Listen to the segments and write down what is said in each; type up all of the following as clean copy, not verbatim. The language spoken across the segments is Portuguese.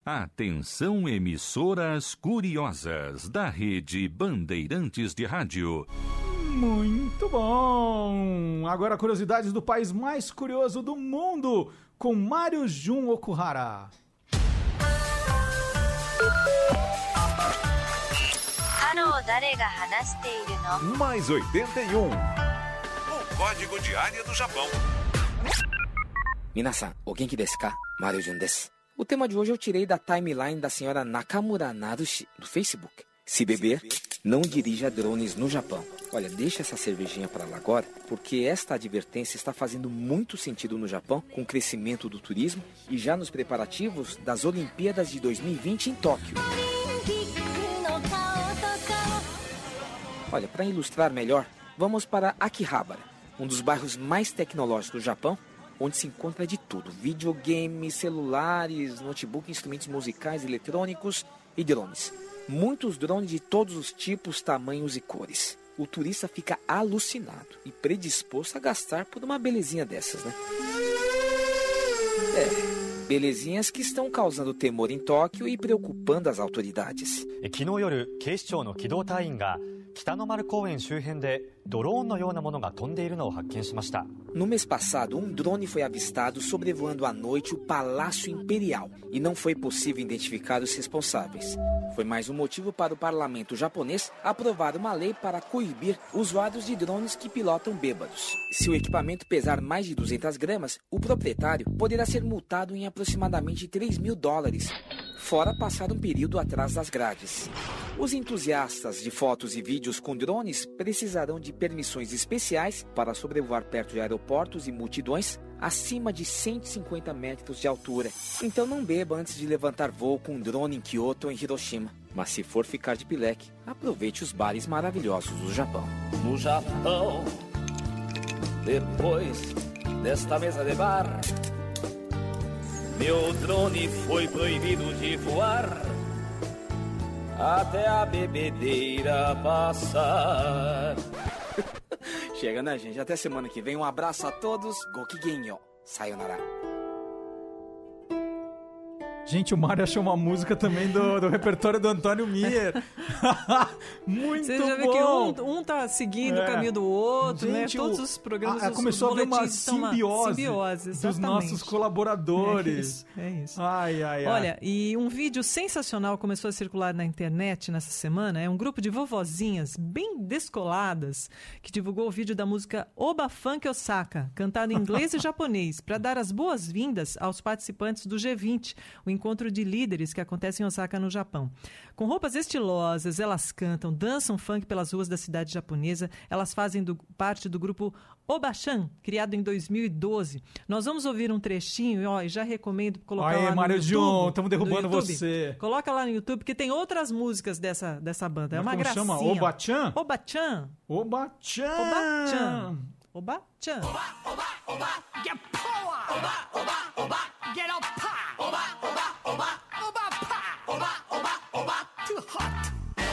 Atenção, emissoras curiosas da Rede Bandeirantes de Rádio. Muito bom! Agora curiosidades do país mais curioso do mundo, com Mário Jun Okuhara. Mais 81. O código de área do Japão. Minasan, o genki desu ka? Mário Jun desu. O tema de hoje eu tirei da timeline da senhora Nakamura Narushi, do Facebook. Se beber, não dirija drones no Japão. Olha, deixa essa cervejinha para lá agora, porque esta advertência está fazendo muito sentido no Japão, com o crescimento do turismo e já nos preparativos das Olimpíadas de 2020 em Tóquio. Olha, para ilustrar melhor, vamos para Akihabara, um dos bairros mais tecnológicos do Japão, onde se encontra de tudo: videogames, celulares, notebook, instrumentos musicais, eletrônicos e drones. Muitos drones de todos os tipos, tamanhos e cores. O turista fica alucinado e predisposto a gastar por uma belezinha dessas, né? Belezinhas que estão causando temor em Tóquio e preocupando as autoridades. 昨日夜、警視庁の機動隊員が北の丸公園周辺でドローンのようなものが飛んでいるのを発見しました。 No mês passado, um drone foi avistado sobrevoando à noite o Palácio Imperial e não foi possível identificar os responsáveis. Foi mais um motivo para o parlamento japonês aprovar uma lei para coibir usuários de drones que pilotam bêbados. Se o equipamento pesar mais de 200 gramas, o proprietário poderá ser multado em aproximadamente $3.000, fora passar um período atrás das grades. Os entusiastas de fotos e vídeos com drones precisarão de permissões especiais para sobrevoar perto de aeroportos e multidões acima de 150 metros de altura. Então não beba antes de levantar voo com um drone em Kyoto ou em Hiroshima. Mas se for ficar de pileque, aproveite os bares maravilhosos do Japão. No Japão, depois desta mesa de bar, meu drone foi proibido de voar até a bebedeira passar. Chega, né, gente? Até semana que vem. Um abraço a todos. Gokigenyo. Sayonara. Gente, o Mário achou uma música também do repertório do Antônio Mier. Muito bom! Você já vê que um tá seguindo o caminho do outro, gente, né? Todos os programas... começou a haver uma simbiose dos nossos colaboradores. É isso. Ai. Olha, e um vídeo sensacional começou a circular na internet nessa semana. É um grupo de vovozinhas bem descoladas que divulgou o vídeo da música Oba Funk Osaka, cantada em inglês e japonês, para dar as boas-vindas aos participantes do G20, o encontro de líderes que acontece em Osaka, no Japão. Com roupas estilosas, elas cantam, dançam funk pelas ruas da cidade japonesa. Elas fazem parte do grupo Obachan, criado em 2012. Nós vamos ouvir um trechinho e já recomendo colocar lá no Mário YouTube. Jun, estamos derrubando você. Coloca lá no YouTube, porque tem outras músicas dessa banda. É uma gracinha. Como chama? Obachan? Obachan. Obachan. Obachan. Obachan. Oba, oba, oba, get power. Oba, oba, oba, get up high. Oba, oba, oba, oba, pa. Oba, oba, oba, too hot.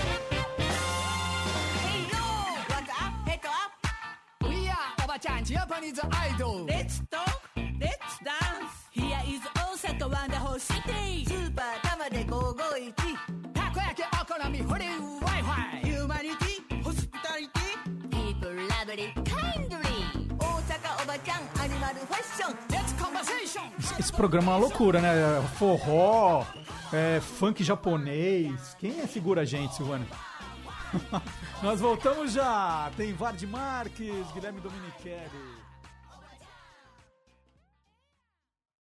Hey yo, what's up? Head up. We are Oba-chan, Japanese idol. Let's talk, let's dance. Here is Osaka, wonderful city. Super Tamade 551. Takoyaki, okonomi, hori, Wi-Fi. Humanity, hospitality. People lovely, kindly. Esse programa é uma loucura, né? Forró, funk japonês. Quem segura a gente, Silvana? Nós voltamos já. Tem Vard Marques, Guilherme Domenichelli.